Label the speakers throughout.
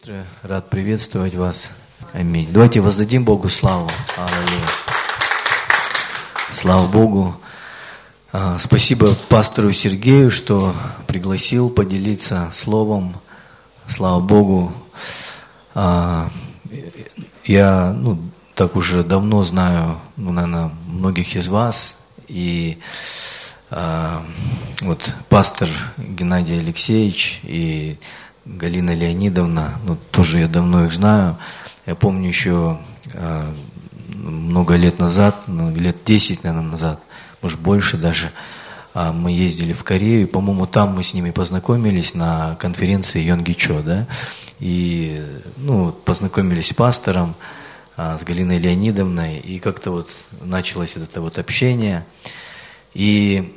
Speaker 1: сестры, рад приветствовать вас. Аминь. Давайте воздадим Богу славу. Аллилуйя. Слава Богу. Спасибо пастору Сергею, что пригласил поделиться словом. Слава Богу. Я так уже давно знаю, наверное, многих из вас. И вот пастор Геннадий Алексеевич и Галина Леонидовна, тоже я давно их знаю. Я помню еще много лет назад, лет 10, наверное, назад, может больше даже, мы ездили в Корею, и, по-моему, там мы с ними познакомились на конференции Йонгичо, да, и, познакомились с пастором, с Галиной Леонидовной, и как-то вот началось вот это вот общение, и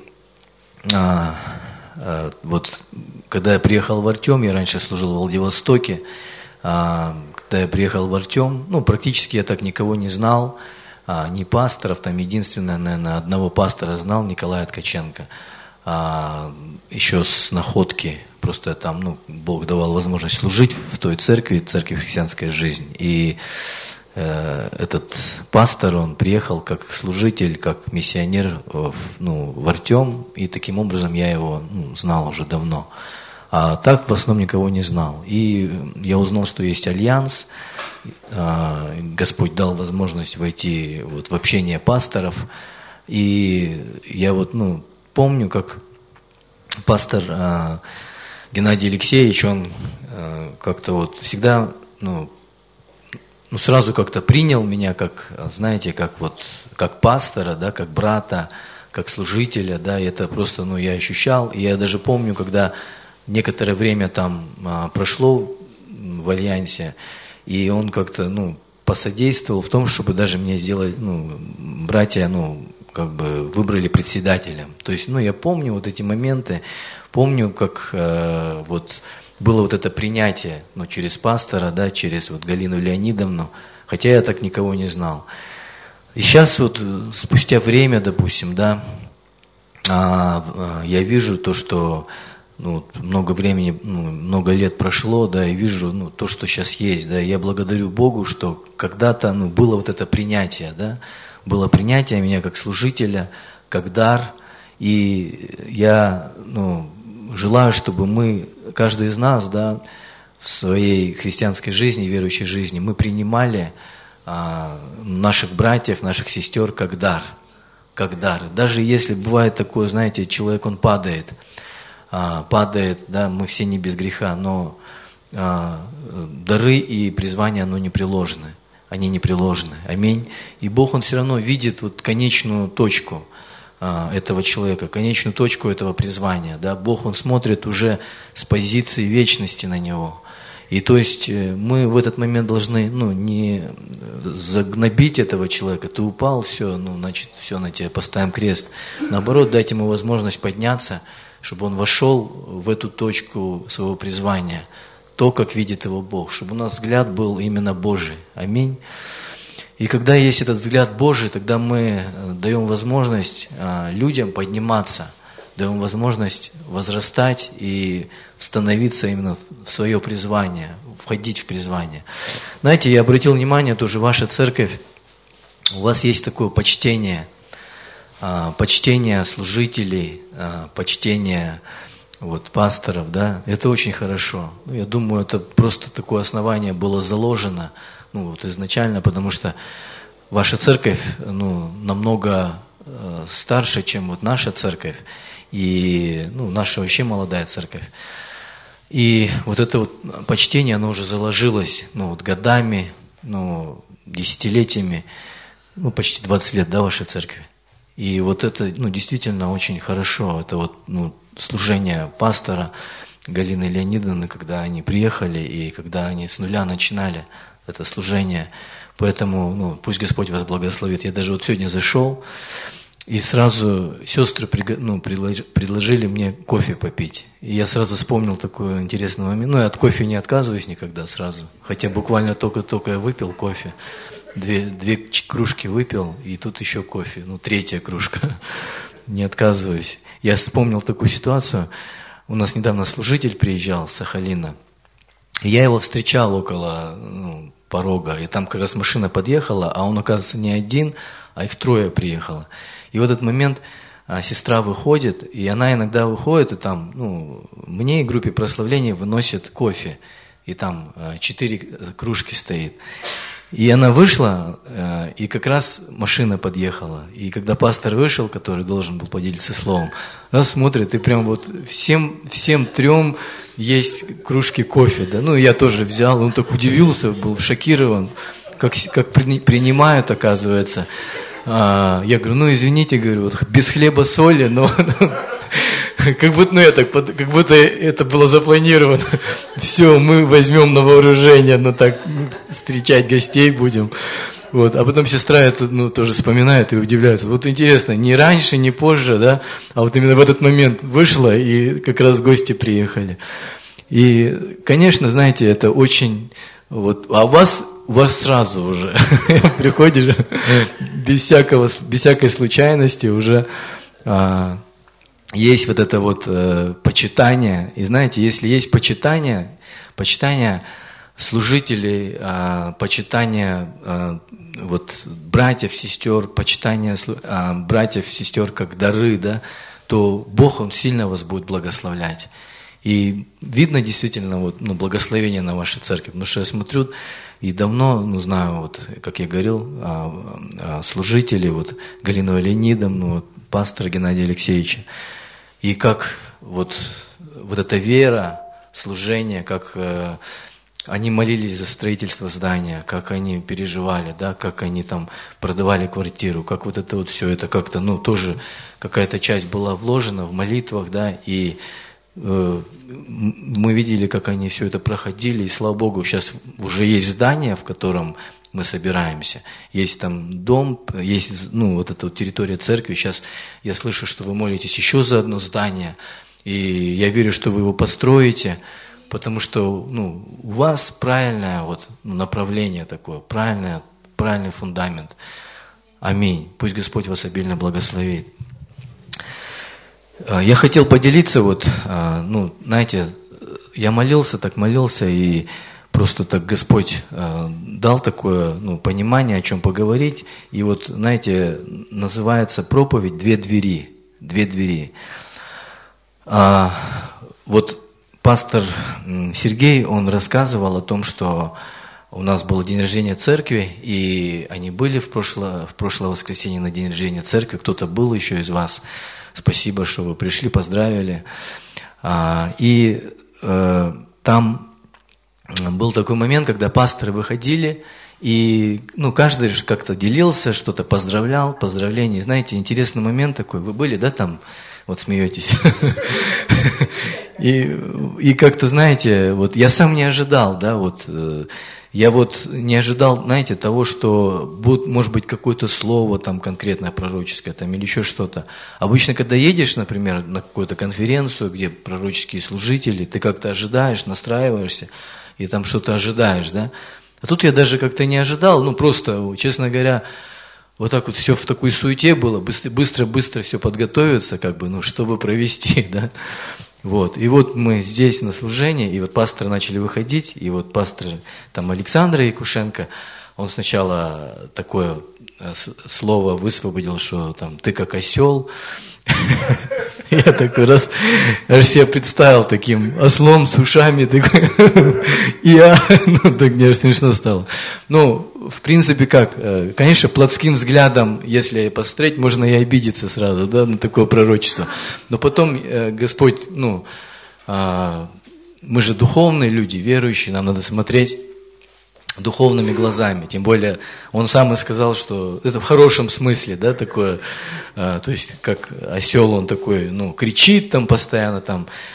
Speaker 1: вот когда я приехал в Артем, я раньше служил в Владивостоке, когда я приехал в Артем, практически я так никого не знал, ни пасторов, там единственное, наверное, одного пастора знал, Николая Ткаченко, еще с Находки, просто там, Бог давал возможность служить в той церкви, церкви христианская жизнь, и этот пастор, он приехал как служитель, как миссионер в Артем, и таким образом я его знал уже давно. А так в основном никого не знал. И я узнал, что есть альянс, Господь дал возможность войти вот в общение пасторов, и я помню, как пастор Геннадий Алексеевич, он как-то всегда, сразу как-то принял меня как, знаете, как пастора, да, как брата, как служителя, да, и это просто, я ощущал, и я даже помню, когда некоторое время там прошло в альянсе, и он как-то, посодействовал в том, чтобы даже мне сделать, братья, выбрали председателем. То есть, я помню вот эти моменты, помню, как было вот это принятие, через пастора, да, через Галину Леонидовну, хотя я так никого не знал. И сейчас спустя время, допустим, да, я вижу то, что много времени, много лет прошло, да, и вижу то, что сейчас есть, да, я благодарю Богу, что когда-то, было вот это принятие, да, было принятие меня как служителя, как дар, и я, желаю, чтобы мы, каждый из нас, да, в своей христианской жизни, верующей жизни, мы принимали наших братьев, наших сестер как дар, как дар. Даже если бывает такое, знаете, человек, он падает, да, мы все не без греха, но дары и призвания, не приложены, они не приложены. Аминь. И Бог, Он все равно видит конечную точку этого человека, конечную точку этого призвания. Да? Бог, Он смотрит уже с позиции вечности на него. И то есть мы в этот момент должны не загнобить этого человека. Ты упал, все, значит, все, на тебя поставим крест. Наоборот, дать ему возможность подняться, чтобы он вошел в эту точку своего призвания, то, как видит его Бог, чтобы у нас взгляд был именно Божий. Аминь. И когда есть этот взгляд Божий, тогда мы даем возможность людям подниматься, даем возможность возрастать и становиться именно в свое призвание, входить в призвание. Знаете, я обратил внимание, тоже ваша церковь, у вас есть такое почтение служителей, почтение пасторов, да, это очень хорошо. Я думаю, это просто такое основание было заложено, изначально, потому что ваша церковь, намного старше, чем наша церковь, и, наша вообще молодая церковь. И это почтение, оно уже заложилось, годами, десятилетиями, почти 20 лет, да, вашей церкви. И это, действительно очень хорошо, это служение пастора Галины Леонидовны, когда они приехали и когда они с нуля начинали это служение. Поэтому, пусть Господь вас благословит. Я даже сегодня зашел, и сразу сестры предложили мне кофе попить. И я сразу вспомнил такой интересный момент. Я от кофе не отказываюсь никогда сразу. Хотя буквально только я выпил кофе. Две кружки выпил, и тут еще кофе. Третья кружка. Не отказываюсь. Я вспомнил такую ситуацию. У нас недавно служитель приезжал с Сахалина. И я его встречал около порога, и там как раз машина подъехала, а он, оказывается, не один, а их трое приехало. И в этот момент сестра выходит, и она иногда выходит, и там, мне и группе прославления выносят кофе, и там 4 кружки стоит. И она вышла, и как раз машина подъехала. И когда пастор вышел, который должен был поделиться словом, она смотрит, и прям вот всем 3 есть кружки кофе. Да? Я тоже взял, он так удивился, был шокирован, как принимают, оказывается. Я говорю, извините, говорю, вот без хлеба соли, но как будто это было запланировано. Все, мы возьмем на вооружение, так встречать гостей будем. Вот. А потом сестра это тоже вспоминает и удивляется. Вот интересно, не раньше, не позже, да, а вот именно в этот момент вышла, и как раз гости приехали. И, конечно, знаете, это очень... А у вас сразу уже приходишь без всякой случайности уже есть вот это вот почитание. И знаете, если есть почитание служителей, почитание братьев, сестер, почитание братьев, сестер как дары, да, то Бог, Он сильно вас будет благословлять. И видно действительно благословение на вашей церкви, потому что я смотрю и давно, знаю, как я говорил, служителей, Галину Леонидовну, пастора Геннадия Алексеевича, и как эта вера, служение, как они молились за строительство здания, как они переживали, да, как они там продавали квартиру, как это все это как-то, тоже какая-то часть была вложена в молитвах, да, и мы видели, как они все это проходили, и слава Богу, сейчас уже есть здание, в котором мы собираемся, есть там дом, есть эта территория церкви. Сейчас я слышу, что вы молитесь еще за одно здание, и я верю, что вы его построите, потому что у вас правильное направление такое, правильный фундамент. Аминь. Пусть Господь вас обильно благословит. Я хотел поделиться, знаете, я молился, и просто так Господь дал такое, понимание, о чем поговорить. И знаете, называется проповедь «Две двери». Две двери. Пастор Сергей, он рассказывал о том, что у нас был день рождения церкви, и они были в прошлое воскресенье на день рождения церкви, кто-то был еще из вас. Спасибо, что вы пришли, поздравили. И там был такой момент, когда пасторы выходили, и каждый как-то делился, что-то поздравлял, поздравления. Знаете, интересный момент такой. Вы были, да, там? Смеетесь. И как-то, знаете, я сам не ожидал, да, я не ожидал, знаете, того, что будет, может быть, какое-то слово там конкретное пророческое там, или еще что-то. Обычно, когда едешь, например, на какую-то конференцию, где пророческие служители, ты как-то ожидаешь, настраиваешься, и там что-то ожидаешь, да. А тут я даже как-то не ожидал, просто, честно говоря, так все в такой суете было, быстро все подготовиться, чтобы провести, да. И мы здесь на служении, и пасторы начали выходить, и пастор там Александр Якушенко, он сначала такое слово высвободил, что там ты как осел. Я такой раз себе представил таким ослом с ушами, так мне смешно стало. В принципе, конечно, плотским взглядом, если посмотреть, можно и обидеться сразу, да, на такое пророчество. Но потом Господь, мы же духовные люди, верующие, нам надо смотреть духовными глазами. Тем более, он сам и сказал, что это в хорошем смысле, да, такое, то есть, как осел, он такой, кричит там постоянно,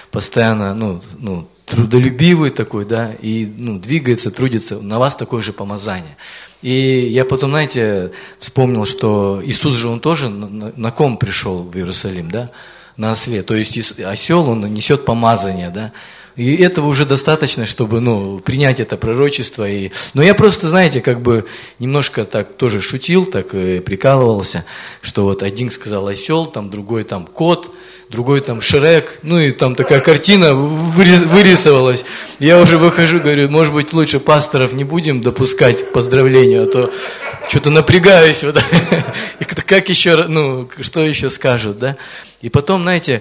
Speaker 1: трудолюбивый такой, да, и, двигается, трудится, на вас такое же помазание. И я потом, знаете, вспомнил, что Иисус же, он тоже на ком пришел в Иерусалим, да, на осле, то есть осел, он несет помазание, да, И этого уже достаточно, чтобы, принять это пророчество. Но я просто, знаете, как бы немножко так тоже шутил, так и прикалывался, что вот один сказал осел, там другой там кот, другой там Шрек, и там такая картина вырисовалась. Я уже выхожу, говорю, может быть, лучше пасторов не будем допускать к поздравлению, а то что-то напрягаюсь. Вот. И как еще, что еще скажут, да? И потом, знаете,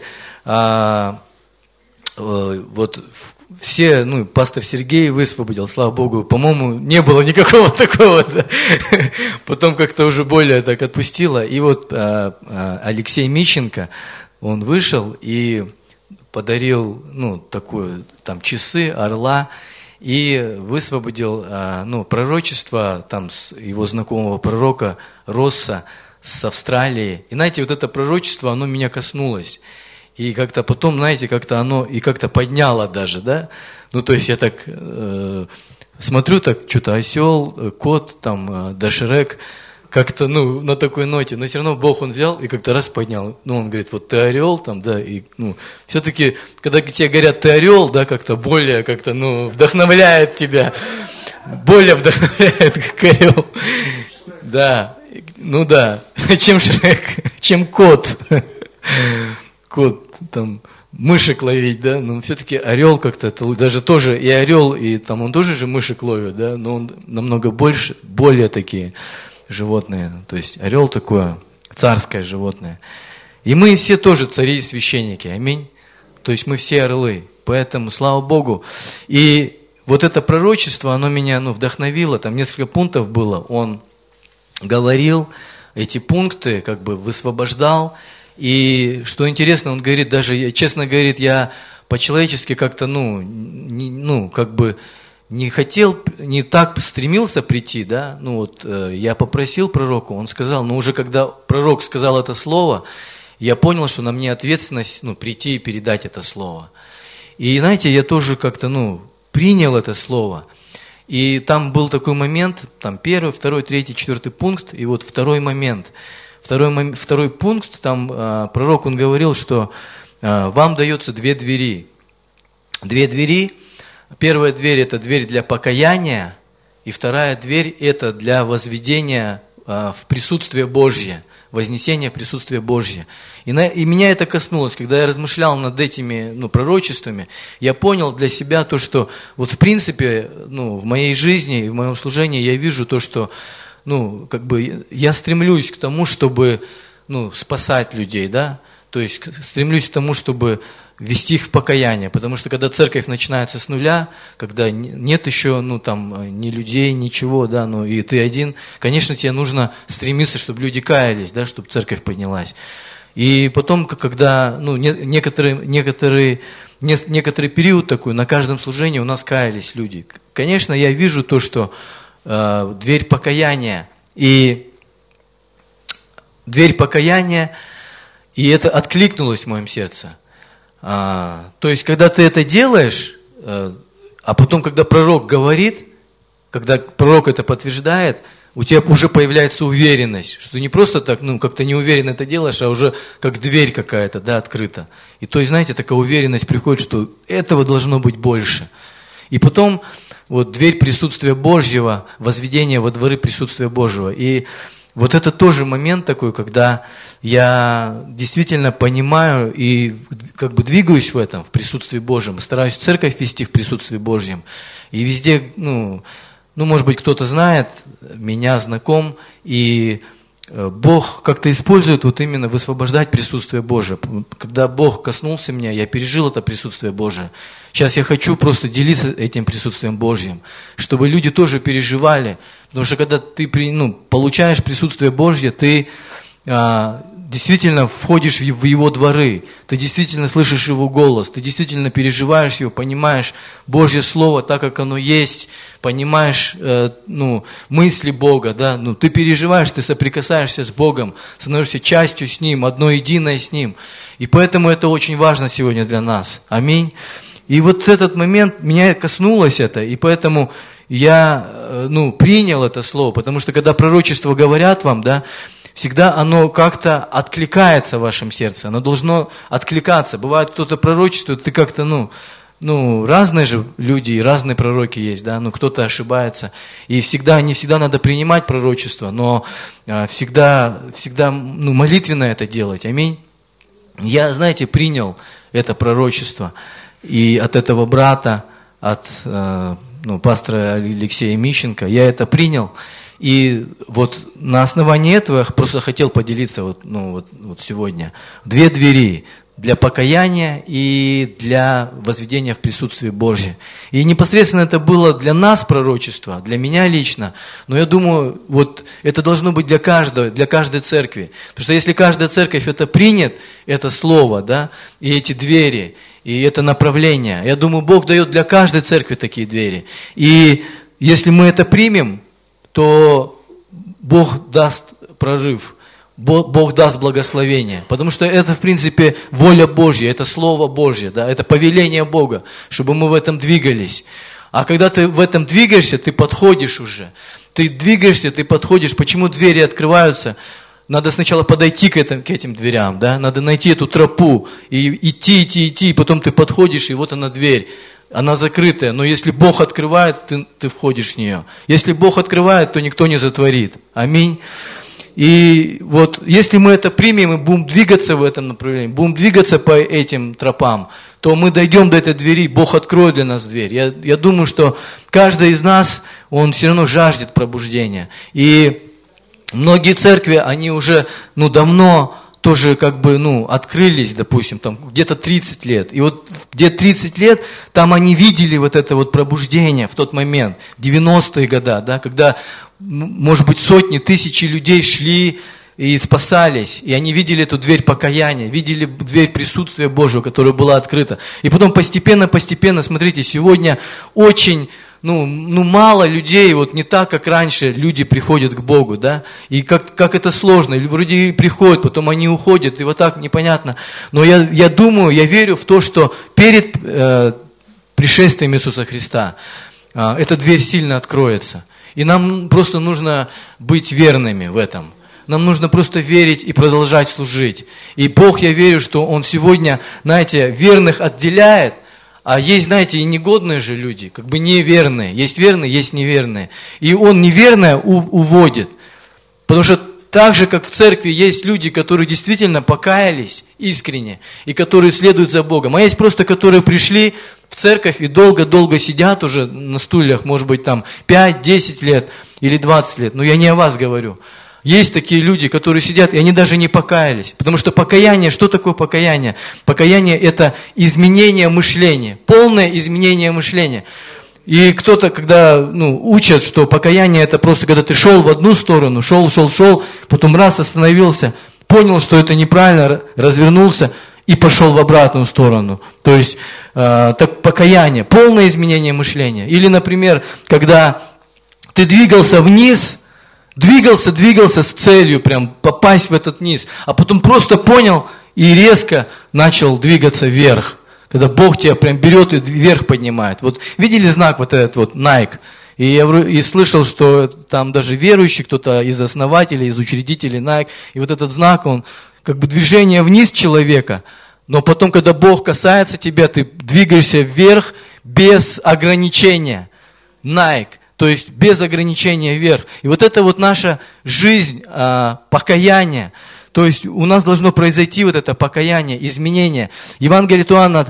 Speaker 1: вот все, пастор Сергей высвободил, слава Богу, по-моему, не было никакого такого. Да? Потом как-то уже более так отпустило. И вот Алексей Мищенко, он вышел и подарил, такое, там, часы, орла, и высвободил, пророчество, там, его знакомого пророка Росса с Австралии. И, знаете, вот это пророчество, оно меня коснулось. И как-то потом, знаете, как-то оно и как-то подняло даже, да. То есть я так смотрю, так что-то осел, кот, там, Шрек, как-то, на такой ноте. Но все равно Бог, Он взял и как-то раз поднял. Он говорит, вот ты орел, там, да, и, все-таки, когда тебе говорят, ты орел, да, как-то более, как-то, вдохновляет тебя. Более вдохновляет, как орел. Да, да, чем Шрек, чем кот. Кот, там, мышек ловить, да, но все-таки орел как-то, это даже тоже и орел, и там он тоже же мышек ловит, да, но он намного больше, более такие животные, то есть орел такое царское животное. И мы все тоже цари и священники, аминь, то есть мы все орлы, поэтому слава Богу. И вот это пророчество, оно меня, вдохновило, там несколько пунктов было, он говорил эти пункты, как бы высвобождал. И что интересно, он говорит, даже, честно говорит, я по-человечески как-то, как бы не хотел, не так стремился прийти, да, я попросил пророка, он сказал, но уже когда пророк сказал это слово, я понял, что на мне ответственность, прийти и передать это слово. И, знаете, я тоже как-то, принял это слово. И там был такой момент, там 1, 2, 3, 4 пункт, и вот второй момент. Второй пункт, там пророк, он говорил, что вам дается 2 двери. 2 двери. Первая дверь – это дверь для покаяния, и вторая дверь – это для возведения в присутствие Божье, вознесения в присутствие Божье. И меня это коснулось, когда я размышлял над этими пророчествами, я понял для себя то, что вот в принципе в моей жизни и в моем служении я вижу то, что как бы я стремлюсь к тому, чтобы, спасать людей, да, то есть стремлюсь к тому, чтобы ввести их в покаяние, потому что когда церковь начинается с нуля, когда нет еще, ни людей, ничего, да, и ты один, конечно, тебе нужно стремиться, чтобы люди каялись, да, чтобы церковь поднялась. И потом, когда, некоторый период такой, на каждом служении у нас каялись люди. Конечно, я вижу то, что дверь покаяния, и это откликнулось в моем сердце. То есть, когда ты это делаешь, а потом, когда пророк говорит, когда пророк это подтверждает, у тебя уже появляется уверенность, что не просто так, как-то неуверенно это делаешь, а уже как дверь какая-то, да, открыта. И то есть, знаете, такая уверенность приходит, что этого должно быть больше. И потом вот дверь присутствия Божьего, возведение во дворы присутствия Божьего. И вот это тоже момент такой, когда я действительно понимаю и как бы двигаюсь в этом, в присутствии Божьем, стараюсь церковь вести в присутствии Божьем. И везде, может быть, кто-то знает, меня знаком, и Бог как-то использует вот именно высвобождать присутствие Божие. Когда Бог коснулся меня, я пережил это присутствие Божие. Сейчас я хочу просто делиться этим присутствием Божьим, чтобы люди тоже переживали. Потому что когда ты получаешь присутствие Божье, ты действительно входишь в Его дворы, ты действительно слышишь Его голос, ты действительно переживаешь Его, понимаешь Божье Слово так, как оно есть, понимаешь мысли Бога, да, ты переживаешь, ты соприкасаешься с Богом, становишься частью с Ним, одно единое с Ним. И поэтому это очень важно сегодня для нас. Аминь. И вот этот момент, меня коснулось это, и поэтому я принял это слово, потому что когда пророчества говорят вам, да, всегда оно как-то откликается в вашем сердце, оно должно откликаться. Бывает, кто-то пророчествует, ты как-то, разные же люди и разные пророки есть, да, кто-то ошибается. И не всегда надо принимать пророчество, но всегда молитвенно это делать. Аминь. Я, знаете, принял это пророчество и от этого брата, от пастора Алексея Мищенко, я это принял. И вот на основании этого я просто хотел поделиться сегодня. 2 двери для покаяния и для возведения в присутствие Божье. И непосредственно это было для нас пророчество, для меня лично. Но я думаю, это должно быть для каждой церкви. Потому что если каждая церковь это примет, это слово, да, и эти двери, и это направление, я думаю, Бог дает для каждой церкви такие двери. И если мы это примем, то Бог даст прорыв. Бог даст благословение, потому что это, в принципе, воля Божья, это Слово Божье, да, это повеление Бога, чтобы мы в этом двигались. А когда ты в этом двигаешься, ты подходишь уже. Ты двигаешься, ты подходишь. Почему двери открываются? Надо сначала подойти к этим дверям, да, надо найти эту тропу, и идти, потом ты подходишь, и вот она дверь. Она закрытая, но если Бог открывает, ты входишь в нее. Если Бог открывает, то никто не затворит. Аминь. И если мы это примем и будем двигаться в этом направлении, будем двигаться по этим тропам, то мы дойдем до этой двери, Бог откроет для нас дверь. Я думаю, что каждый из нас, он все равно жаждет пробуждения. И многие церкви, они уже давно тоже открылись, допустим, там где-то 30 лет. И где 30 лет, там они видели это пробуждение в тот момент, 90-е годы, да, когда, может быть, сотни, тысячи людей шли и спасались. И они видели эту дверь покаяния, видели дверь присутствия Божьего, которая была открыта. И потом постепенно, смотрите, сегодня очень мало людей, не так, как раньше люди приходят к Богу, да, и как это сложно, или вроде приходят, потом они уходят, и так непонятно. Но я думаю, я верю в то, что перед пришествием Иисуса Христа эта дверь сильно откроется. И нам просто нужно быть верными в этом. Нам нужно просто верить и продолжать служить. И Бог, я верю, что Он сегодня, знаете, верных отделяет. А есть, знаете, и негодные же люди, неверные. Есть верные, есть неверные. И Он неверное уводит. Потому что так же, как в церкви есть люди, которые действительно покаялись искренне, и которые следуют за Богом. А есть просто, которые пришли в церковь и долго-долго сидят уже на стульях, может быть, 5-10 лет или 20 лет. Но я не о вас говорю. Есть такие люди, которые сидят, и они даже не покаялись. Потому что покаяние, что такое покаяние? Покаяние – это изменение мышления, полное изменение мышления. И кто-то, когда учат, что покаяние – это просто когда ты шел в одну сторону, шел, потом раз остановился, понял, что это неправильно, развернулся и пошел в обратную сторону. То есть так покаяние, полное изменение мышления. Или, например, когда ты двигался вниз, двигался с целью прям попасть в этот низ, а потом просто понял и резко начал двигаться вверх. Когда Бог тебя прям берет и вверх поднимает. Видели знак этот Nike? И слышал, что там даже верующий, кто-то из основателей, из учредителей Nike, и этот знак, он движение вниз человека, но потом, когда Бог касается тебя, ты двигаешься вверх без ограничения. Nike. То есть без ограничения вверх. И это наша жизнь, покаяние. То есть у нас должно произойти это покаяние, изменение. Евангелие от Иоанна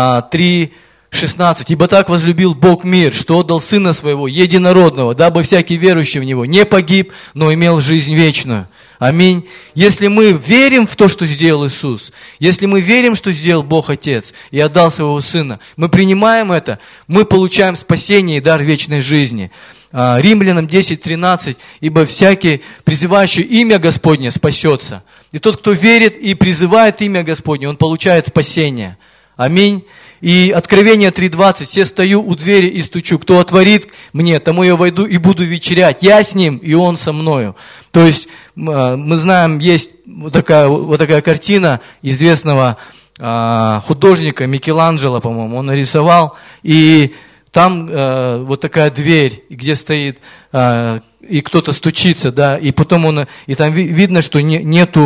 Speaker 1: 3:16. «Ибо так возлюбил Бог мир, что отдал Сына Своего, единородного, дабы всякий верующий в Него не погиб, но имел жизнь вечную». Аминь. Если мы верим в то, что сделал Иисус, если мы верим, что сделал Бог Отец и отдал Своего Сына, мы принимаем это, мы получаем спасение и дар вечной жизни. Римлянам 10:13, «Ибо всякий, призывающий имя Господне, спасется». И тот, кто верит и призывает имя Господне, он получает спасение. Аминь. И Откровение 3:20, «Се стою у двери и стучу, кто отворит мне, тому я войду и буду вечерять, я с ним, и он со мною». То есть мы знаем, есть такая картина известного художника Микеланджело, по-моему, он нарисовал, и там такая дверь, где стоит, и кто-то стучится, да, и потом и там видно, что нету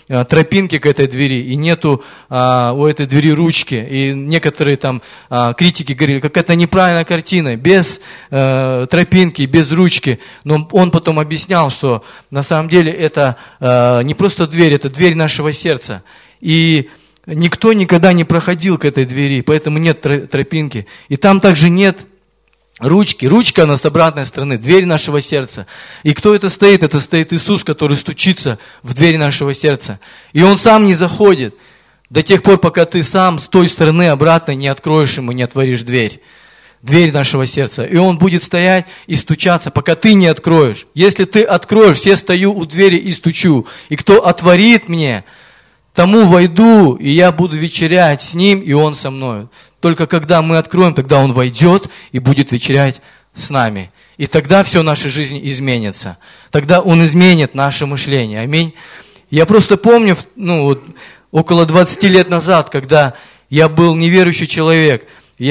Speaker 2: тропинки к этой двери, и нету у этой двери ручки. И некоторые там критики говорили, как это неправильная картина, без тропинки, без ручки. Но он потом объяснял, что на самом деле это не просто дверь, это дверь нашего сердца. И никто никогда не проходил к этой двери, поэтому нет тропинки. И там также нет ручки. Ручка, она с обратной стороны, дверь нашего сердца. И кто это стоит? Это стоит Иисус, который стучится в дверь нашего сердца. И Он сам не заходит до тех пор, пока ты сам с той стороны обратно не откроешь Ему, не отворишь дверь. Дверь нашего сердца. И Он будет стоять и стучаться, пока ты не откроешь. Если ты откроешь, я стою у двери и стучу. И кто отворит мне, тому войду, и я буду вечерять с Ним, и Он со мной. Только когда мы откроем, тогда Он войдет и будет вечерять с нами. И тогда все в нашей жизни изменится. Тогда Он изменит наше мышление. Аминь. Я просто помню, около 20 лет назад, когда я был неверующий человек,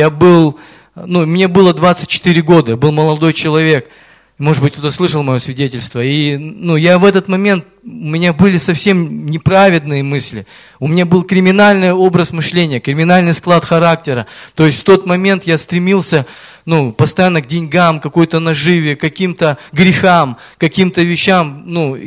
Speaker 2: мне было 24 года, я был молодой человек. Может быть, кто-то слышал мое свидетельство. И я в этот момент, у меня были совсем неправедные мысли. У меня был криминальный образ мышления, криминальный склад характера. То есть в тот момент я стремился постоянно к деньгам, какой-то наживе, каким-то грехам, каким-то вещам.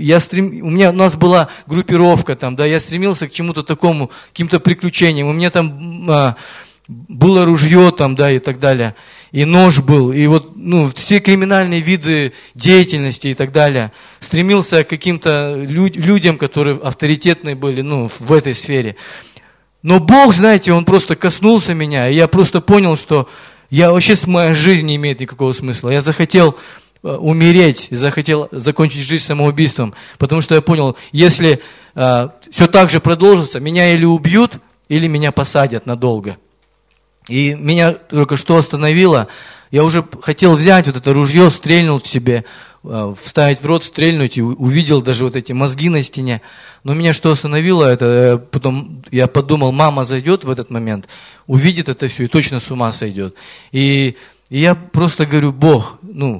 Speaker 2: У нас была группировка, я стремился к чему-то такому, к каким-то приключениям. У меня там было ружье и так далее. И нож был, и все криминальные виды деятельности и так далее. Стремился к каким-то людям, которые авторитетные были, в этой сфере. Но Бог, знаете, Он просто коснулся меня, и я просто понял, что моя жизнь не имеет никакого смысла. Я захотел умереть, захотел закончить жизнь самоубийством, потому что я понял, если все так же продолжится, меня или убьют, или меня посадят надолго. И меня только что остановило, я уже хотел взять это ружье, стрельнуть себе, вставить в рот, стрельнуть, и увидел даже эти мозги на стене. Но меня что остановило, потом я подумал, мама зайдет в этот момент, увидит это все и точно с ума сойдет. И я просто говорю, Бог,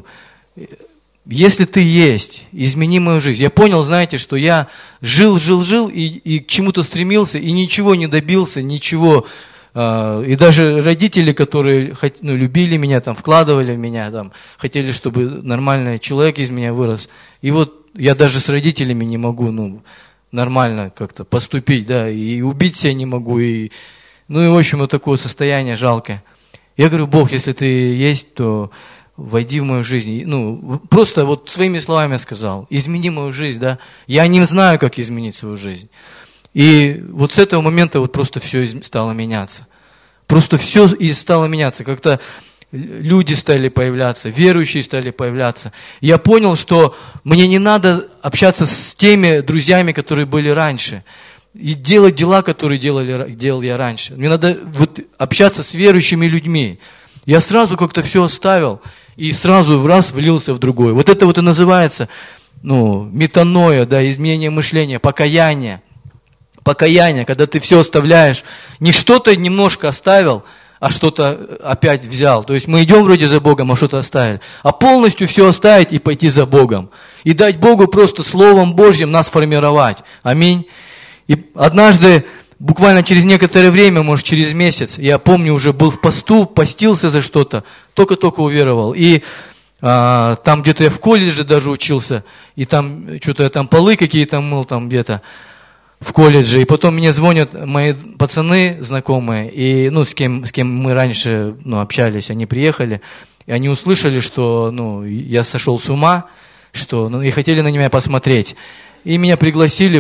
Speaker 2: если Ты есть, измени мою жизнь. Я понял, знаете, что я жил и к чему-то стремился, и ничего не добился, ничего. И даже родители, которые любили меня, вкладывали в меня, хотели, чтобы нормальный человек из меня вырос. И я даже с родителями не могу нормально как-то поступить, и убить себя не могу. И в общем, такое состояние жалкое. Я говорю, Бог, если Ты есть, то войди в мою жизнь. Просто своими словами сказал, измени мою жизнь, Я не знаю, как изменить свою жизнь. И с этого момента просто все стало меняться. Просто все стало меняться. Как-то люди стали появляться, верующие стали появляться. Я понял, что мне не надо общаться с теми друзьями, которые были раньше. И делать дела, которые делал я раньше. Мне надо общаться с верующими людьми. Я сразу как-то все оставил и сразу в раз влился в другое. Это и называется метаноя, изменение мышления, покаяние. Покаяние, когда ты все оставляешь, не что-то немножко оставил, а что-то опять взял. То есть мы идем вроде за Богом, а что-то оставили. А полностью все оставить и пойти за Богом. И дать Богу просто Словом Божьим нас формировать. Аминь. И однажды, буквально через некоторое время, может через месяц, я помню, уже был в посту, постился за что-то, только-только уверовал. И там где-то я в колледже даже учился, и там что-то я там полы какие-то мыл там где-то в колледже, и потом мне звонят мои пацаны знакомые, и, с кем мы раньше, общались, они приехали, и они услышали, что, я сошел с ума, и хотели на меня посмотреть. И меня пригласили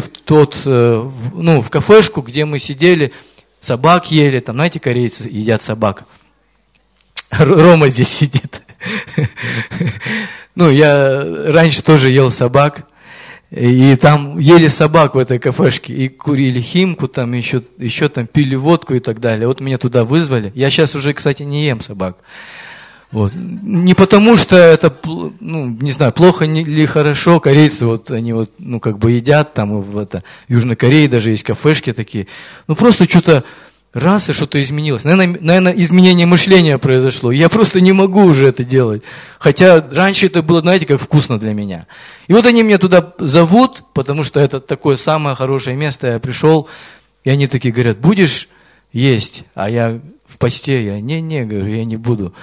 Speaker 2: в кафешку, где мы сидели, собак ели, знаете, корейцы едят собак. Рома здесь сидит. Я раньше тоже ел собак. И там ели собак в этой кафешке, и курили химку, еще пили водку и так далее. Меня туда вызвали. Я сейчас уже, кстати, не ем собак. Не потому, что это, не знаю, плохо или хорошо. Корейцы, они едят, в Южной Корее даже есть кафешки такие. Просто что-то раз, и что-то изменилось. Наверное, изменение мышления произошло. Я просто не могу уже это делать. Хотя раньше это было, знаете, как вкусно для меня. И вот они меня туда зовут, потому что это такое самое хорошее место. Я пришел, и они такие говорят, будешь есть? А я в посте, я не, говорю, я не буду.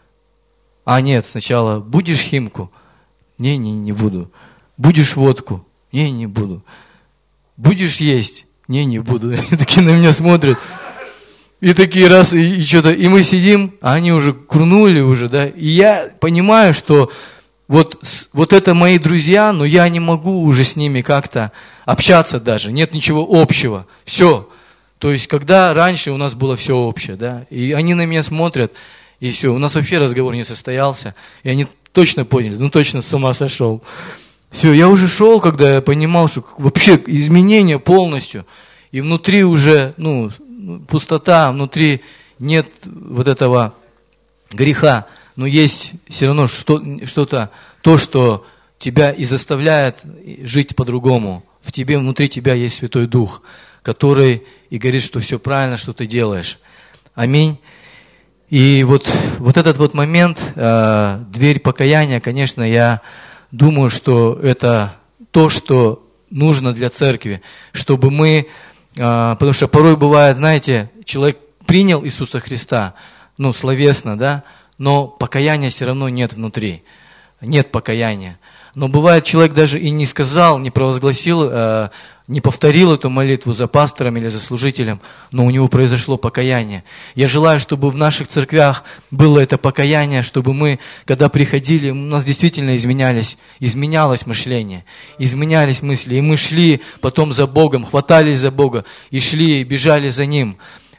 Speaker 2: А нет, сначала, будешь химку? Не буду. Будешь водку? Не буду. Будешь есть? Не буду. Они такие на меня смотрят. И такие раз, и что-то, и мы сидим, а они уже курнули уже, да. И я понимаю, что вот это мои друзья, но я не могу уже с ними как-то общаться даже. Нет ничего общего. Все. То есть, когда раньше у нас было все общее, да. И они на меня смотрят, и все. У нас вообще разговор не состоялся. И они точно поняли, точно с ума сошел. Все, я уже шел, когда я понимал, что вообще изменения полностью. И внутри уже, пустота, внутри нет вот этого греха. Но есть все равно что-то, то, что тебя и заставляет жить по-другому. В тебе, внутри тебя есть Святой Дух, который и говорит, что все правильно, что ты делаешь. Аминь. И вот этот вот момент, дверь покаяния, конечно, я думаю, что это то, что нужно для церкви, чтобы мы, потому что порой бывает, знаете, человек принял Иисуса Христа, словесно, да, но покаяния все равно нет внутри, нет покаяния. Но бывает, человек даже и не сказал, не провозгласил, не повторил эту молитву за пастором или за служителем, но у него произошло покаяние. Я желаю, чтобы в наших церквях было это покаяние, чтобы мы, когда приходили, у нас действительно изменялось мышление, изменялись мысли, и мы шли потом за Богом, хватались за Бога, и шли, и бежали за Ним.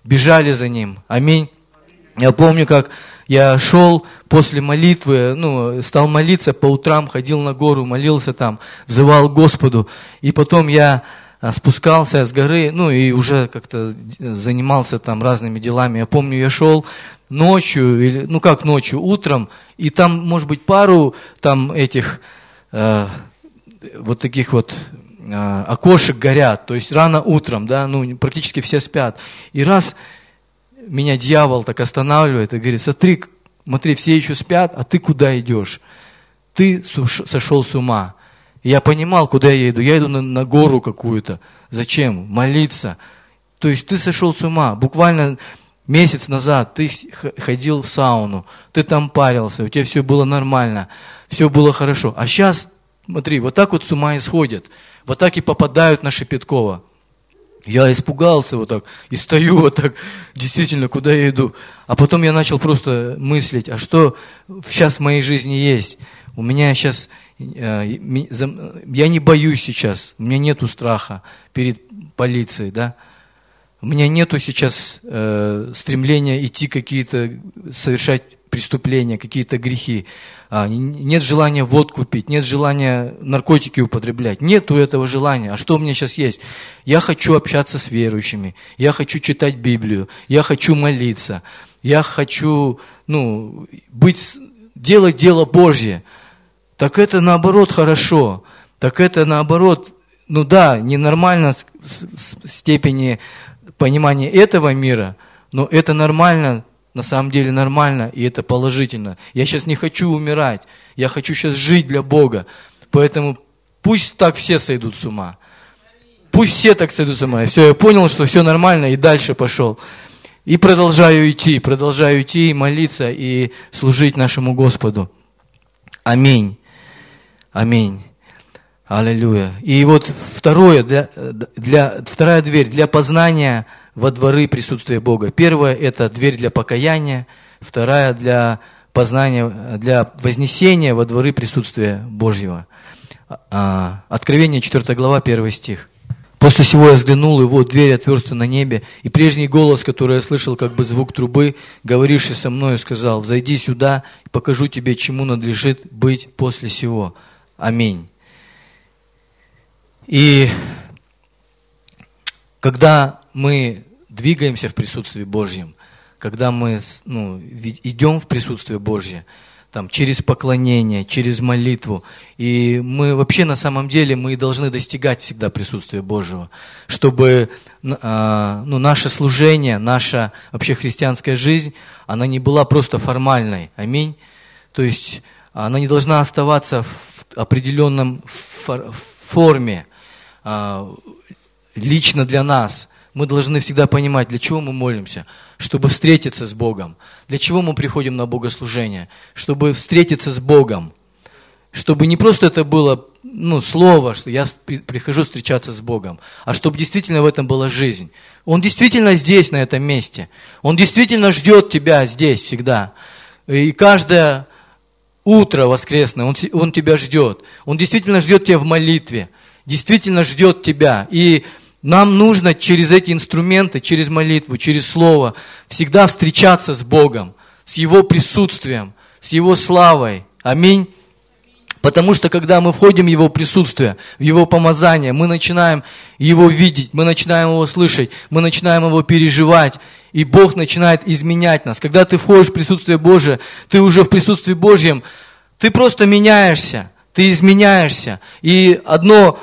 Speaker 2: Аминь. Я помню, как я шел после молитвы, стал молиться по утрам, ходил на гору, молился там, взывал к Господу. И потом я спускался с горы, и уже как-то занимался там разными делами. Я помню, я шел ночью, утром, и там, может быть, пару там этих вот таких вот окошек горят, то есть рано утром, да, практически все спят. И раз меня дьявол так останавливает и говорит, смотри, все еще спят, а ты куда идешь? Ты сошел с ума. И я понимал, куда я иду. Я иду на гору какую-то. Зачем? Молиться. То есть ты сошел с ума. Буквально месяц назад ты ходил в сауну, ты там парился, у тебя все было нормально, все было хорошо. А сейчас, смотри, вот так вот с ума исходят. Вот так и попадают на Шепеткова. Я испугался вот так, и стою вот так, действительно, куда я иду. А потом я начал просто мыслить, а что сейчас в моей жизни есть? У меня сейчас, я не боюсь сейчас, у меня нету страха перед полицией, да? У меня нету сейчас стремления идти совершать преступления, какие-то грехи. Нет желания водку пить, нет желания наркотики употреблять. Нету этого желания. А что у меня сейчас есть? Я хочу общаться с верующими, я хочу читать Библию, я хочу молиться, я хочу делать дело Божье. Так это наоборот хорошо. Так это наоборот, ненормально с степени понимания этого мира, но это нормально. На самом деле нормально, и это положительно. Я сейчас не хочу умирать, я хочу сейчас жить для Бога. Поэтому пусть так все сойдут с ума. Пусть все так сойдут с ума. И все, я понял, что все нормально, и дальше пошел. И продолжаю идти, и молиться, и служить нашему Господу. Аминь. Аминь. Аллилуйя. И вот вторая дверь для познания во дворы присутствия Бога. Первая – это дверь для покаяния. Вторая – для познания, для вознесения во дворы присутствия Божьего. Откровение 4 глава, 1 стих. «После сего я взглянул, и вот дверь отверстия на небе, и прежний голос, который я слышал, как бы звук трубы, говоривший со мною, сказал: взойди сюда, и покажу тебе, чему надлежит быть после сего. Аминь». И когда мы двигаемся в присутствии Божьем, когда мы идем в присутствие Божье, там, через поклонение, через молитву. И мы вообще на самом деле мы должны достигать всегда присутствия Божьего, чтобы наше служение, наша вообще христианская жизнь, она не была просто формальной. Аминь. То есть она не должна оставаться в определенном форме, лично для нас. Мы должны всегда понимать, для чего мы молимся, чтобы встретиться с Богом. Для чего мы приходим на богослужение? Чтобы встретиться с Богом. Чтобы не просто это было слово, что я прихожу встречаться с Богом, а чтобы действительно в этом была жизнь. Он действительно здесь, на этом месте. Он действительно ждет тебя здесь всегда. И каждое утро воскресное Он тебя ждет. Он действительно ждет тебя в молитве. Действительно ждет тебя. И нам нужно через эти инструменты, через молитву, через Слово всегда встречаться с Богом, с Его присутствием, с Его славой. Аминь. Потому что когда мы входим в Его присутствие, в Его помазание, мы начинаем Его видеть, мы начинаем Его слышать, мы начинаем Его переживать, и Бог начинает изменять нас. Когда ты входишь в присутствие Божие, ты уже в присутствии Божьем, ты просто меняешься, ты изменяешься. И одно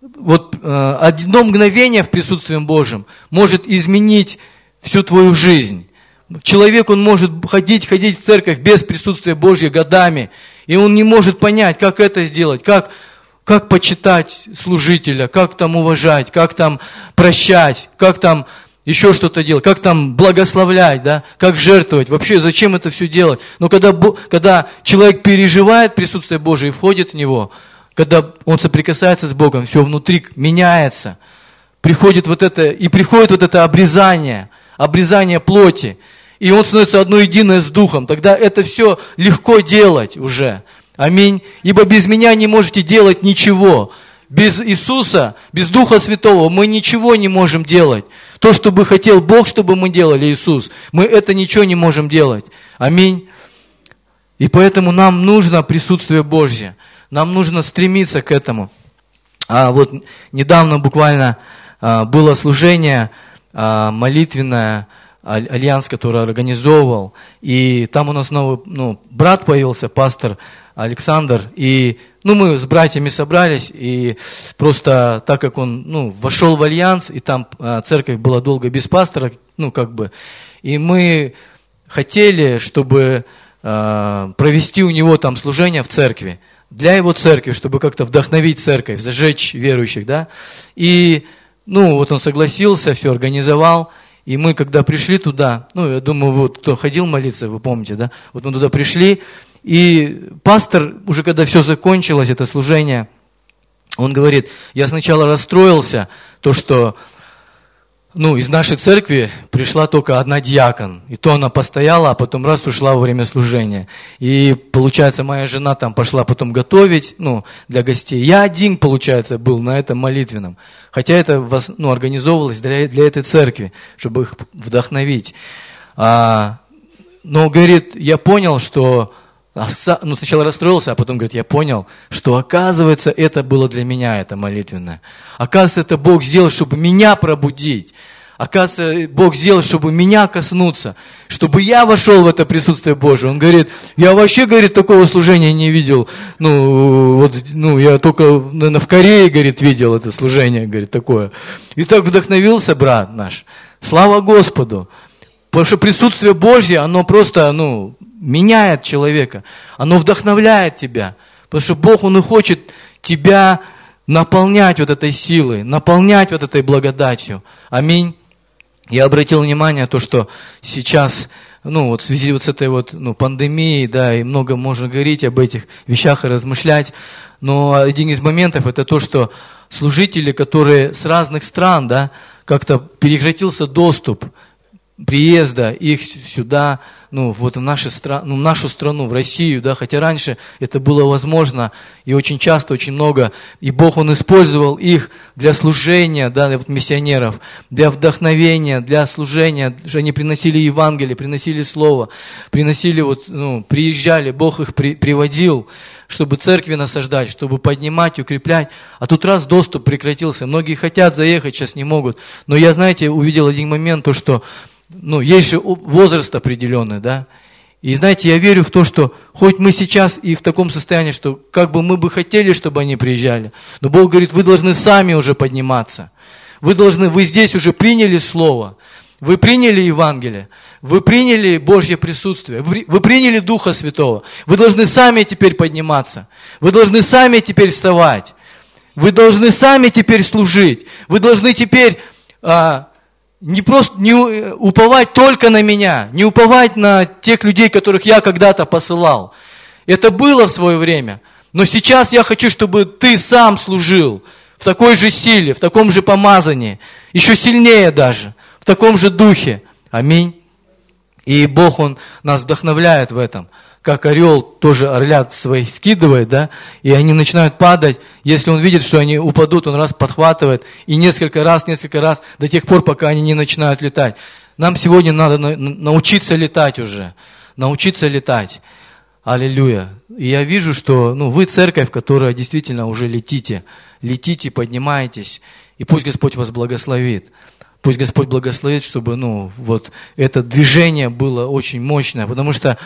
Speaker 2: мгновение в присутствии Божьем может изменить всю твою жизнь. Человек, он может ходить в церковь без присутствия Божьего годами, и он не может понять, как это сделать, как почитать служителя, как там уважать, как там прощать, как там еще что-то делать, как там благословлять, да, как жертвовать, вообще зачем это все делать. Но когда человек переживает присутствие Божие и входит в него, когда он соприкасается с Богом, все внутри меняется, приходит вот это обрезание плоти, и он становится одно единое с Духом. Тогда это все легко делать уже. Аминь. Ибо без меня не можете делать ничего. Без Иисуса, без Духа Святого мы ничего не можем делать. То, что бы хотел Бог, чтобы мы делали, Иисус, мы это ничего не можем делать. Аминь. И поэтому нам нужно присутствие Божье. Нам нужно стремиться к этому. Вот недавно буквально было служение молитвенное, альянс, который организовывал, и там у нас новый брат появился, пастор Александр, и мы с братьями собрались, и просто так как он вошел в альянс, и там церковь была долго без пастора, и мы хотели, чтобы провести у него там служение в церкви, для его церкви, чтобы как-то вдохновить церковь, зажечь верующих, да, и он согласился, все организовал. И мы, когда пришли туда, я думаю, кто ходил молиться, вы помните, да? Мы туда пришли, и пастор, уже когда все закончилось, это служение, он говорит, я сначала расстроился, то, что, из нашей церкви пришла только одна диакон, и то она постояла, а потом раз ушла во время служения. И, получается, моя жена там пошла потом готовить, для гостей. Я один, получается, был на этом молитвенном. Хотя это организовывалось для этой церкви, чтобы их вдохновить. Но, говорит, я понял, что... сначала расстроился, а потом, говорит, я понял, что, оказывается, это было для меня, это молитвенное. Оказывается, это Бог сделал, чтобы меня пробудить. Оказывается, Бог сделал, чтобы меня коснуться, чтобы я вошел в это присутствие Божие. Он говорит, я вообще, говорит, такого служения не видел. Я только, наверное, в Корее, говорит, видел это служение, говорит, такое. И так вдохновился брат наш. Слава Господу. Потому что присутствие Божье, оно просто, меняет человека. Оно вдохновляет тебя. Потому что Бог, Он и хочет тебя наполнять вот этой силой, наполнять вот этой благодатью. Аминь. Я обратил внимание, то, что сейчас, в связи с этой пандемией, да, и много можно говорить об этих вещах и размышлять, но один из моментов это то, что служители, которые с разных стран, да, как-то прекратился доступ приезда их сюда, в нашу страну, в Россию, да, хотя раньше это было возможно, и очень часто, очень много, и Бог, Он использовал их для служения, да, миссионеров, для вдохновения, для служения, что они приносили Евангелие, приносили Слово, приносили, приезжали, Бог их приводил, чтобы церкви насаждать, чтобы поднимать, укреплять, а тут раз доступ прекратился, многие хотят заехать, сейчас не могут, но я, увидел один момент, то, что есть же возраст определенный, да, И знаете, я верю в то, что хоть мы сейчас и в таком состоянии, что как бы мы бы хотели, чтобы они приезжали, но Бог говорит, вы должны сами уже подниматься. Вы здесь уже приняли Слово, вы приняли Евангелие, вы приняли Божье присутствие, вы приняли Духа Святого. Вы должны сами теперь подниматься, вы должны сами теперь вставать, вы должны сами теперь служить, вы должны теперь не уповать только на меня, не уповать на тех людей, которых я когда-то посылал. Это было в свое время, но сейчас я хочу, чтобы ты сам служил в такой же силе, в таком же помазании, еще сильнее даже, в таком же духе. Аминь. И Бог, Он нас вдохновляет в этом. Как орел тоже орлят своих скидывает, да, и они начинают падать. Если он видит, что они упадут, он раз подхватывает, и несколько раз, до тех пор, пока они не начинают летать. Нам сегодня надо научиться летать уже, научиться летать. Аллилуйя. И я вижу, что вы церковь, которая действительно уже летите, поднимаетесь, и пусть Господь вас благословит. Пусть Господь благословит, чтобы вот это движение было очень мощное, потому что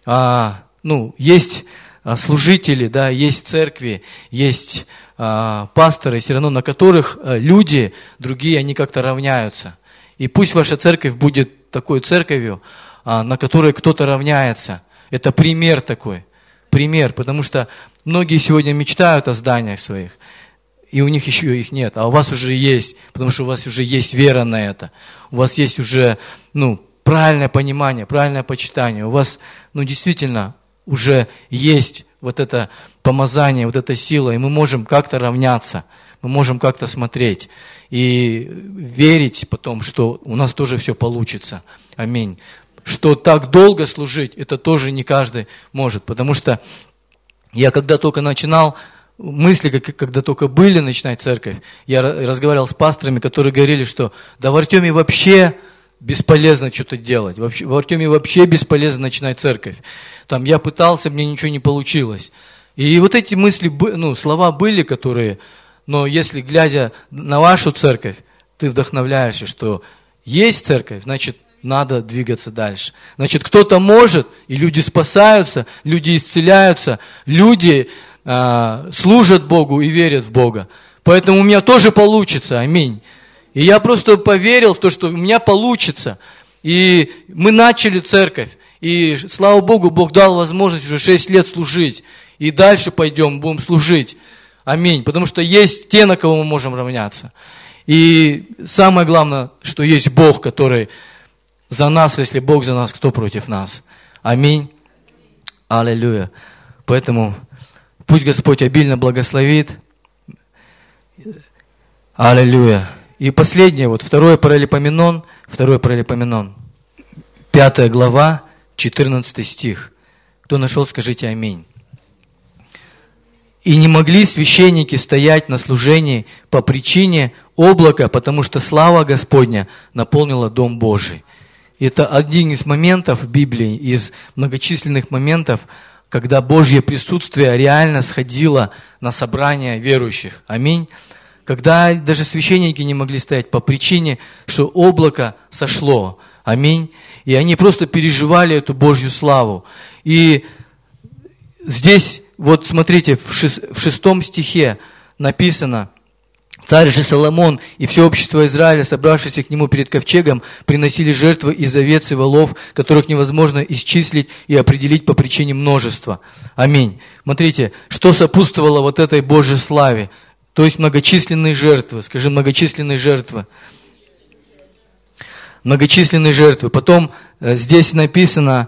Speaker 2: есть служители, да, есть церкви, есть пасторы, все равно на которых люди другие, они как-то равняются. И пусть ваша церковь будет такой церковью, на которой кто-то равняется. Это пример такой, потому что многие сегодня мечтают о зданиях своих, и у них еще их нет, а у вас уже есть, потому что у вас уже есть вера на это, у вас есть уже, правильное понимание, правильное почитание, у вас, действительно, уже есть вот это помазание, вот эта сила, и мы можем как-то равняться, мы можем как-то смотреть и верить потом, что у нас тоже все получится. Аминь. Что так долго служить, это тоже не каждый может, потому что я когда только начинал, мысли, когда только были начинать церковь, я разговаривал с пасторами, которые говорили, что да в Артеме вообще бесполезно что-то делать, в Артеме вообще бесполезно начинать церковь. Там я пытался, мне ничего не получилось. И вот эти мысли, слова были, которые, но если глядя на вашу церковь, ты вдохновляешься, что есть церковь, значит, надо двигаться дальше. Значит, кто-то может, и люди спасаются, люди исцеляются, люди служат Богу и верят в Бога. Поэтому у меня тоже получится, аминь. И я просто поверил в то, что у меня получится. И мы начали церковь. И слава Богу, Бог дал возможность уже 6 лет служить. И дальше пойдем, будем служить. Аминь. Потому что есть те, на кого мы можем равняться. И самое главное, что есть Бог, который за нас. Если Бог за нас, кто против нас? Аминь. Аллилуйя. Поэтому пусть Господь обильно благословит. Аллилуйя. И последнее, 2 Паралипоменон, 5 глава, 14 стих. Кто нашел, скажите аминь. «И не могли священники стоять на служении по причине облака, потому что слава Господня наполнила Дом Божий». Это один из моментов в Библии, из многочисленных моментов, когда Божье присутствие реально сходило на собрания верующих. Аминь. Когда даже священники не могли стоять по причине, что облако сошло. Аминь. И они просто переживали эту Божью славу. И здесь, смотрите, в 6 стихе написано: «Царь же Соломон и все общество Израиля, собравшиеся к нему перед ковчегом, приносили жертвы из овец и волов, которых невозможно исчислить и определить по причине множества». Аминь. Смотрите, что сопутствовало этой Божьей славе. То есть многочисленные жертвы. Скажи, многочисленные жертвы. Многочисленные жертвы. Потом здесь написано,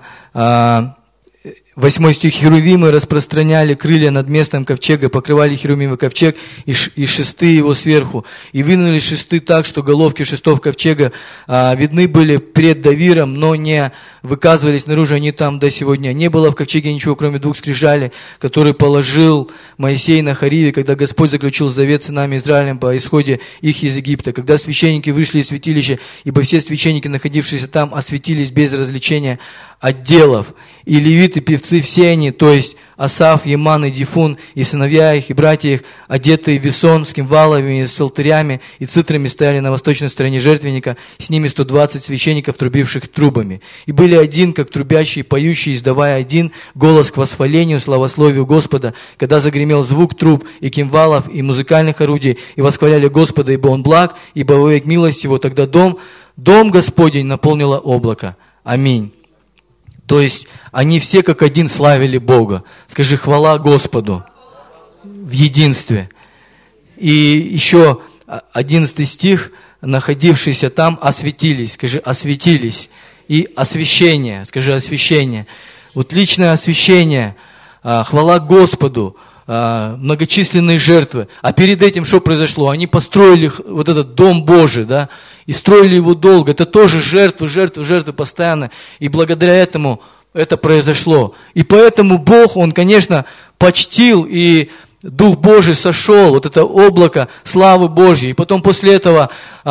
Speaker 2: 8 стих: «Херувимы распространяли крылья над местом ковчега, покрывали херувимовый ковчег и шесты его сверху, и вынули шесты так, что головки шестов ковчега видны были пред Давиром, но не выказывались наружу они там до сегодня. Не было в ковчеге ничего, кроме 2 скрижалей, которые положил Моисей на Хариве, когда Господь заключил завет с сынами Израилем по исходе их из Египта. Когда священники вышли из святилища, ибо все священники, находившиеся там, осветились без развлечения, отделов. И левиты, певцы, все они, то есть Асаф, Еман и Дифун, и сыновья их, и братья их, одетые в весон, с кимвалами, с псалтырями и цитрами, стояли на восточной стороне жертвенника, с ними 120 священников, трубивших трубами. И были один, как трубящие, поющие, издавая один голос к восхвалению, славословию Господа, когда загремел звук труб и кимвалов, и музыкальных орудий, и восхваляли Господа, ибо Он благ, ибо вовек милость Его. Тогда дом Господень наполнило облако. Аминь. То есть они все как один славили Бога. Скажи, хвала Господу в единстве. И еще 11 стих, находившиеся там, осветились. Скажи, осветились. И освящение. Скажи, освящение. Вот личное освящение, хвала Господу, многочисленные жертвы. А перед этим что произошло? Они построили вот этот Дом Божий, да, и строили его долго. Это тоже жертвы постоянно. И благодаря этому это произошло. И поэтому Бог, Он, конечно, почтил, и Дух Божий сошел, вот это облако славы Божьей. И потом после этого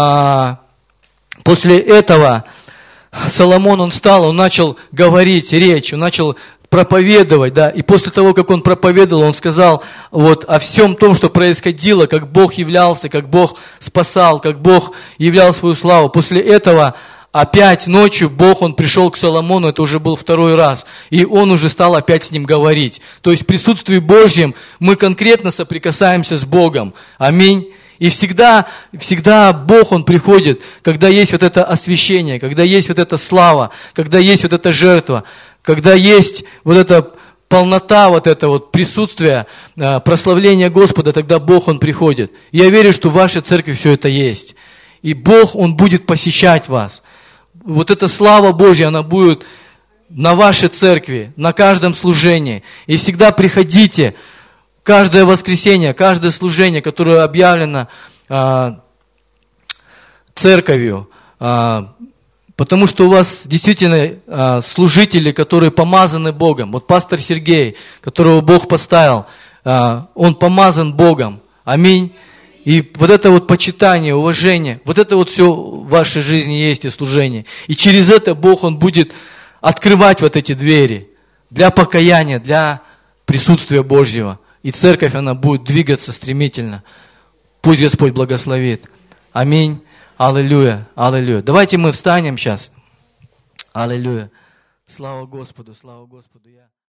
Speaker 2: Соломон, он встал, он начал говорить речь, он начал проповедовать, да, и после того, как он проповедовал, он сказал вот о всем том, что происходило, как Бог являлся, как Бог спасал, как Бог являл свою славу. После этого опять ночью Бог, Он пришел к Соломону, это уже был второй раз, и Он уже стал опять с ним говорить. То есть в присутствии Божьем мы конкретно соприкасаемся с Богом. Аминь. И всегда Бог, Он приходит, когда есть вот это освящение, когда есть вот эта слава, когда есть вот эта жертва, когда есть вот эта полнота, вот это вот присутствие, прославление Господа, тогда Бог, Он приходит. Я верю, что в вашей церкви все это есть. И Бог, Он будет посещать вас. Вот эта слава Божья, она будет на вашей церкви, на каждом служении. И всегда приходите, каждое воскресенье, каждое служение, которое объявлено церковью, потому что у вас действительно служители, которые помазаны Богом. Вот пастор Сергей, которого Бог поставил, он помазан Богом. Аминь. И вот это вот почитание, уважение, вот это вот все в вашей жизни есть и служение. И через это Бог, Он будет открывать вот эти двери для покаяния, для присутствия Божьего. И церковь, она будет двигаться стремительно. Пусть Господь благословит. Аминь. Аллилуйя. Аллилуйя. Давайте мы встанем сейчас. Аллилуйя. Слава Господу, слава Господу.